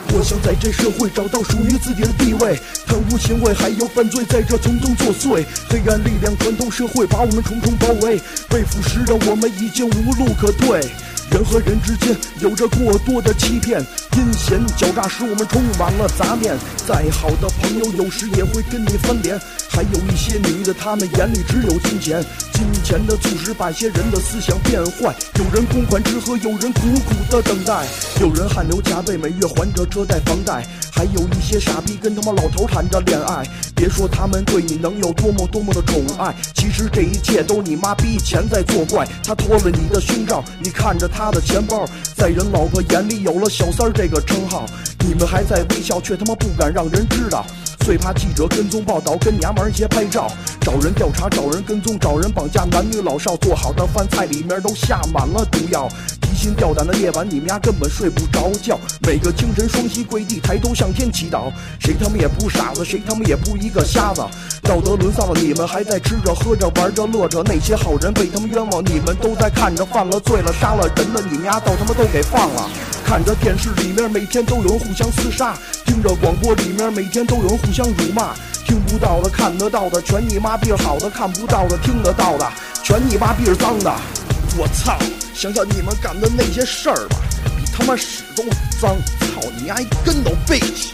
我想在这社会找到属于自己的地位，贪污行为还有犯罪在这从中作祟，黑暗力量穿透社会，把我们重重包围，被腐蚀的我们已经无路可退。人和人之间有着过多的欺骗，阴险狡诈使我们充满了杂念。再好的朋友有时也会跟你翻脸，还有一些女的，她们眼里只有金钱，金钱的促使把些人的思想变坏。有人公款吃喝，有人苦苦的等待，有人汗流浃背，每月还着车贷房贷，还有一些傻逼跟他妈老头谈着恋爱。别说他们对你能有多么的宠爱，其实这一切都你妈逼钱在作怪。他脱了你的胸罩，你看着他的钱包，在人老婆眼里有了小三儿这个称号，你们还在微笑，却他妈不敢让人知道。最怕记者跟踪报道，跟娘们儿些拍照，找人调查，找人跟踪，找人绑架，男女老少做好的饭菜里面都下满了毒药。提心吊胆的夜晚，你们丫根本睡不着觉，每个清晨双膝跪地，抬头向天祈祷。谁他妈也不傻子，谁他妈也不一个瞎子。道德沦丧了，你们还在吃着喝着玩着乐着，那些好人被他们冤枉，你们都在看着。犯了罪了杀了人了，你们丫都他妈都给放了。看着电视里面每天都有人互相厮杀，听着广播里面每天都有人互相辱骂，听不到的看得到的全你妈逼是好的，看不到的听得到的全你妈逼是脏的。我操，想想你们干的那些事儿吧，比他妈屎都脏，操你丫一跟头背起。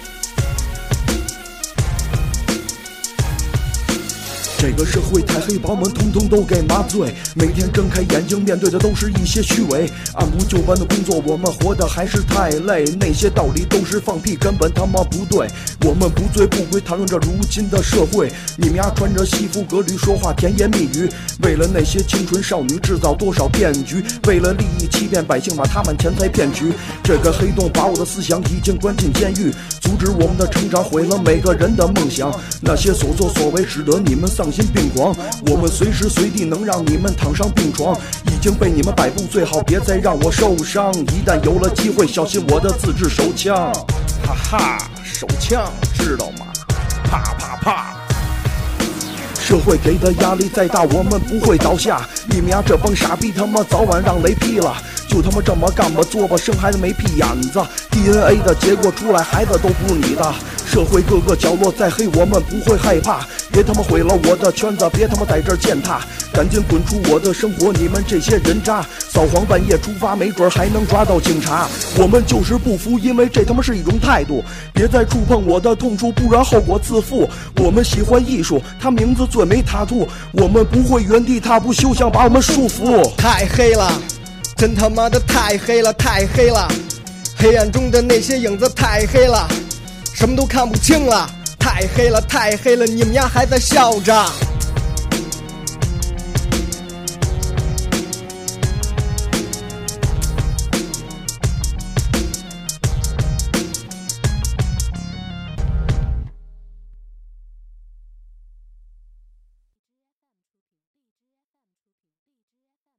这个社会太黑，把我们统统都给麻醉，每天睁开眼睛面对的都是一些虚伪，按部就班的工作，我们活得还是太累，那些道理都是放屁，根本他妈不对。我们不醉不归，谈论着如今的社会，你们丫穿着西服革履，说话甜言蜜语，为了那些清纯少女制造多少骗局，为了利益欺骗百姓，把他们钱财骗取。这个黑洞把我的思想已经关进监狱，阻止我们的成长，毁了每个人的梦想。那些所作所为使得你们丧心病狂，我们随时随地能让你们躺上病床，已经被你们摆布，最好别再让我受伤。一旦有了机会，小心我的自制手枪。哈哈，手枪知道吗？啪啪啪。社会给的压力再大，我们不会倒下。你们丫这帮傻逼，他妈早晚让雷劈了。就他妈这么干吧，做吧，生孩子没屁眼子。DNA 的结果出来，孩子都不是你的。社会各个角落再黑，我们不会害怕。别他妈毁了我的圈子，别他妈在这儿践踏，赶紧滚出我的生活！你们这些人渣，扫黄半夜出发，没准还能抓到警察。我们就是不服，因为这他妈是一种态度。别再触碰我的痛处，不然后果自负。我们喜欢艺术，它名字最没踏图。我们不会原地踏步，休想把我们束缚。 太黑了，真他妈的太黑了，太黑了！黑暗中的那些影子太黑了，什么都看不清了。太黑了，太黑了，你们丫还在笑着。